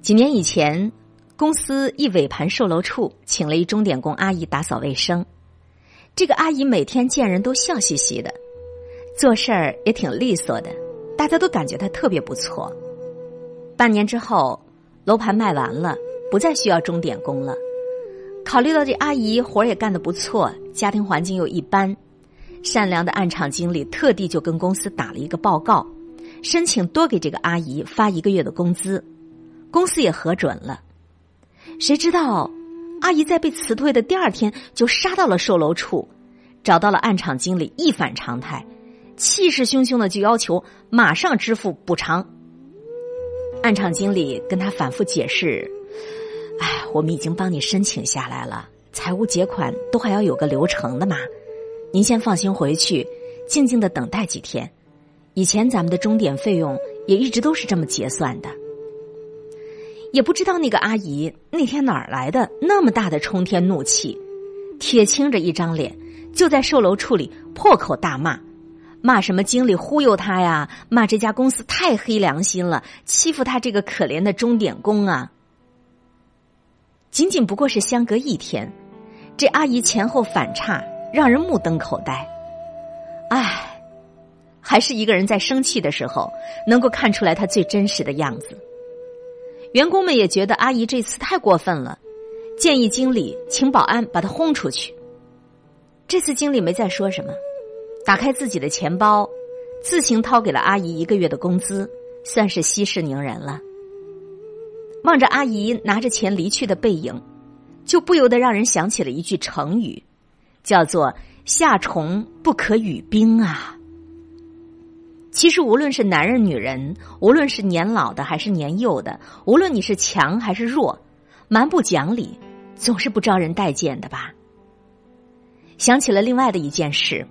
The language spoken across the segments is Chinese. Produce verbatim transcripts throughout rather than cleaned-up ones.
几年以前，公司一尾盘售楼处请了一钟点工阿姨打扫卫生。这个阿姨每天见人都笑嘻嘻的，做事儿也挺利索的，大家都感觉她特别不错。半年之后，楼盘卖完了，不再需要钟点工了。考虑到这阿姨活也干得不错，家庭环境又一般，善良的暗场经理特地就跟公司打了一个报告，申请多给这个阿姨发一个月的工资，公司也核准了。谁知道阿姨在被辞退的第二天就杀到了售楼处，找到了暗场经理，一反常态，气势汹汹的就要求马上支付补偿。暗场经理跟他反复解释，哎，我们已经帮你申请下来了，财务结款都还要有个流程的嘛，您先放心回去，静静的等待几天，以前咱们的钟点费用也一直都是这么结算的。也不知道那个阿姨那天哪儿来的那么大的冲天怒气，铁青着一张脸，就在售楼处里破口大骂，骂什么经理忽悠他呀，骂这家公司太黑良心了，欺负他这个可怜的钟点工啊。仅仅不过是相隔一天，这阿姨前后反差让人目瞪口呆。唉，还是一个人在生气的时候能够看出来她最真实的样子。员工们也觉得阿姨这次太过分了，建议经理请保安把她轰出去。这次经理没再说什么，打开自己的钱包，自行掏给了阿姨一个月的工资，算是息事宁人了。望着阿姨拿着钱离去的背影，就不由得让人想起了一句成语，叫做夏虫不可语冰啊。其实无论是男人女人，无论是年老的还是年幼的，无论你是强还是弱，蛮不讲理总是不招人待见的吧。想起了另外的一件事，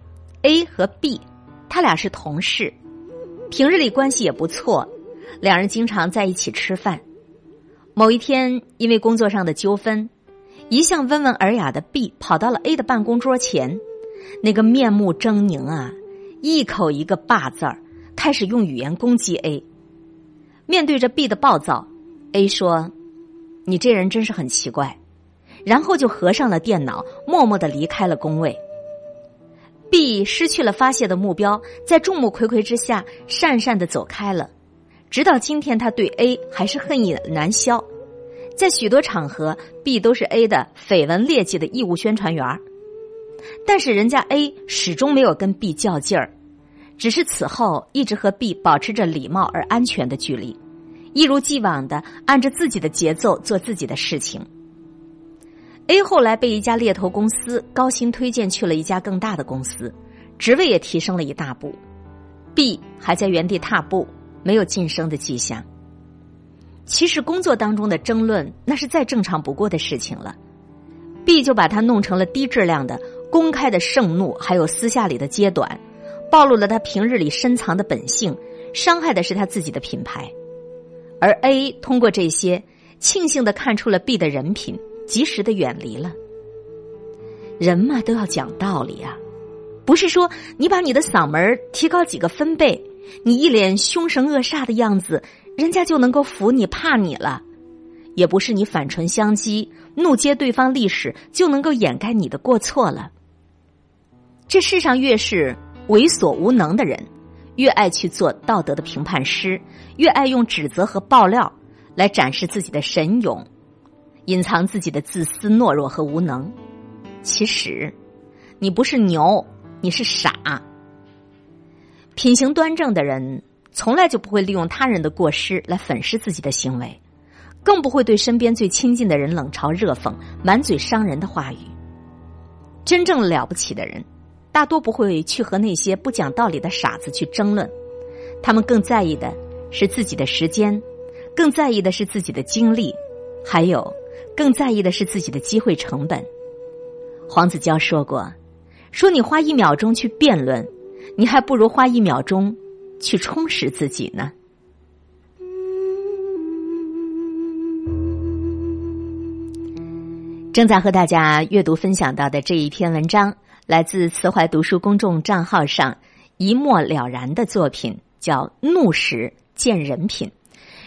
A 和 B 他俩是同事，平日里关系也不错，两人经常在一起吃饭。某一天因为工作上的纠纷，一向温文尔雅的 B 跑到了 A 的办公桌前，那个面目狰狞啊，一口一个霸字儿，开始用语言攻击 A。 面对着 B 的暴躁， A 说，你这人真是很奇怪，然后就合上了电脑，默默地离开了工位。 B 失去了发泄的目标，在众目睽睽之下讪讪地走开了。直到今天他对 A 还是恨意难消，在许多场合 B 都是 A 的绯闻劣迹的义务宣传员，但是人家 A 始终没有跟 B 较劲儿，只是此后一直和 B 保持着礼貌而安全的距离，一如既往的按着自己的节奏做自己的事情。 A 后来被一家猎头公司高薪推荐去了一家更大的公司，职位也提升了一大步， B 还在原地踏步，没有晋升的迹象。其实工作当中的争论那是再正常不过的事情了， B 就把它弄成了低质量的公开的盛怒，还有私下里的揭短，暴露了他平日里深藏的本性，伤害的是他自己的品牌。而 A 通过这些庆幸地看出了 B 的人品，及时地远离了。人嘛都要讲道理啊，不是说你把你的嗓门提高几个分贝，你一脸凶神恶煞的样子，人家就能够服你怕你了，也不是你反唇相讥怒揭对方历史就能够掩盖你的过错了。这世上越是猥琐无能的人，越爱去做道德的评判师，越爱用指责和爆料来展示自己的神勇，隐藏自己的自私懦弱和无能。其实你不是牛，你是傻。品行端正的人从来就不会利用他人的过失来粉饰自己的行为，更不会对身边最亲近的人冷嘲热讽，满嘴伤人的话语。真正了不起的人大多不会去和那些不讲道理的傻子去争论，他们更在意的是自己的时间，更在意的是自己的精力，还有更在意的是自己的机会成本。黄子佼说过，说你花一秒钟去辩论，你还不如花一秒钟去充实自己呢。正在和大家阅读分享到的这一篇文章，来自慈怀读书公众账号上一目了然的作品，叫《怒时见人品》。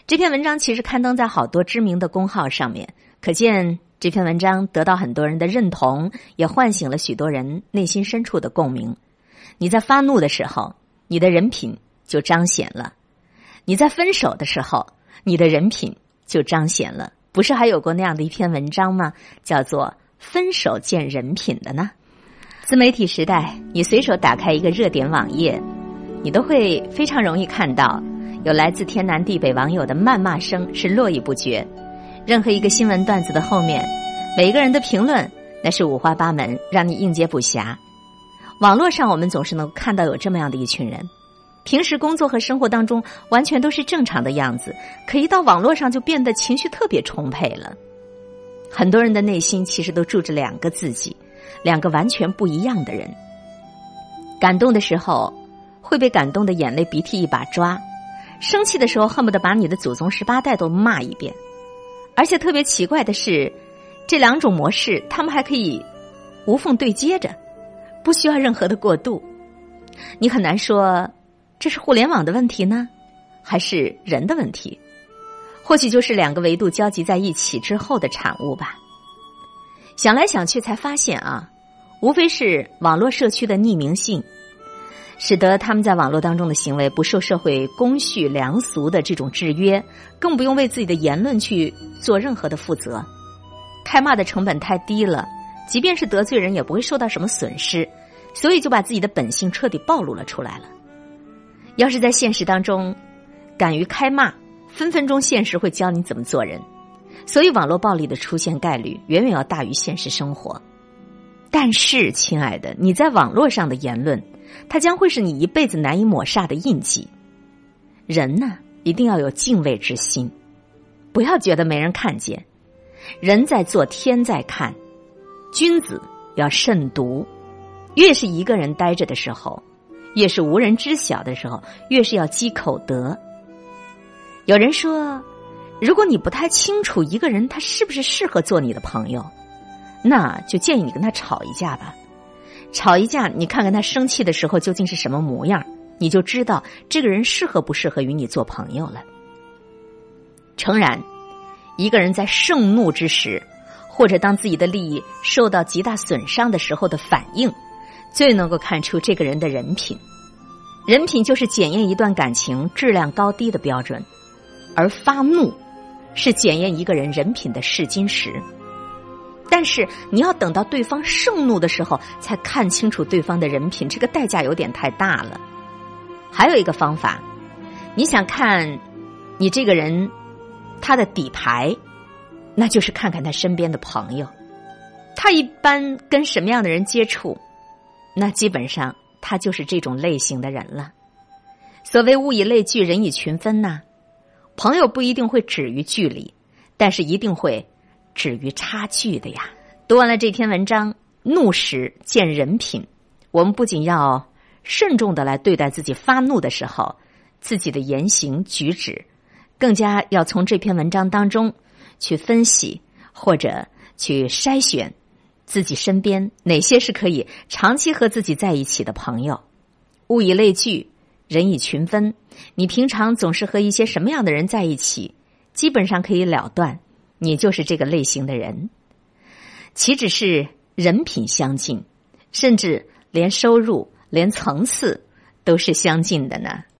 这篇文章其实刊登在好多知名的公号上面，可见这篇文章得到很多人的认同，也唤醒了许多人内心深处的共鸣。你在发怒的时候，你的人品就彰显了；你在分手的时候，你的人品就彰显了。不是还有过那样的一篇文章吗？叫做分手见人品的呢。自媒体时代，你随手打开一个热点网页，你都会非常容易看到有来自天南地北网友的谩骂声是络绎不绝。任何一个新闻段子的后面，每一个人的评论那是五花八门，让你应接不暇。网络上我们总是能看到有这么样的一群人，平时工作和生活当中完全都是正常的样子，可一到网络上就变得情绪特别充沛了。很多人的内心其实都住着两个自己，两个完全不一样的人。感动的时候会被感动的眼泪鼻涕一把抓，生气的时候恨不得把你的祖宗十八代都骂一遍。而且特别奇怪的是，这两种模式他们还可以无缝对接着，不需要任何的过渡。你很难说这是互联网的问题呢，还是人的问题？或许就是两个维度交集在一起之后的产物吧。想来想去才发现啊，无非是网络社区的匿名性，使得他们在网络当中的行为不受社会公序良俗的这种制约，更不用为自己的言论去做任何的负责。开骂的成本太低了，即便是得罪人也不会受到什么损失，所以就把自己的本性彻底暴露了出来了。要是在现实当中敢于开骂，分分钟现实会教你怎么做人。所以网络暴力的出现概率远远要大于现实生活。但是亲爱的，你在网络上的言论，它将会是你一辈子难以抹煞的印记。人呢，一定要有敬畏之心，不要觉得没人看见。人在做，天在看。君子要慎独，越是一个人待着的时候，越是无人知晓的时候，越是要积口德。有人说，如果你不太清楚一个人他是不是适合做你的朋友，那就建议你跟他吵一架吧。吵一架，你看看他生气的时候究竟是什么模样，你就知道这个人适合不适合与你做朋友了。诚然，一个人在盛怒之时，或者当自己的利益受到极大损伤的时候的反应，最能够看出这个人的人品。人品就是检验一段感情质量高低的标准，而发怒是检验一个人人品的试金石。但是你要等到对方盛怒的时候才看清楚对方的人品，这个代价有点太大了。还有一个方法，你想看你这个人他的底牌，那就是看看他身边的朋友，他一般跟什么样的人接触，那基本上他就是这种类型的人了。所谓物以类聚，人以群分呐、啊，朋友不一定会止于距离，但是一定会止于差距的呀。读完了这篇文章，怒时见人品，我们不仅要慎重的来对待自己发怒的时候自己的言行举止，更加要从这篇文章当中去分析或者去筛选自己身边哪些是可以长期和自己在一起的朋友。物以类聚，人以群分，你平常总是和一些什么样的人在一起，基本上可以了断你就是这个类型的人。岂止是人品相近，甚至连收入连层次都是相近的呢。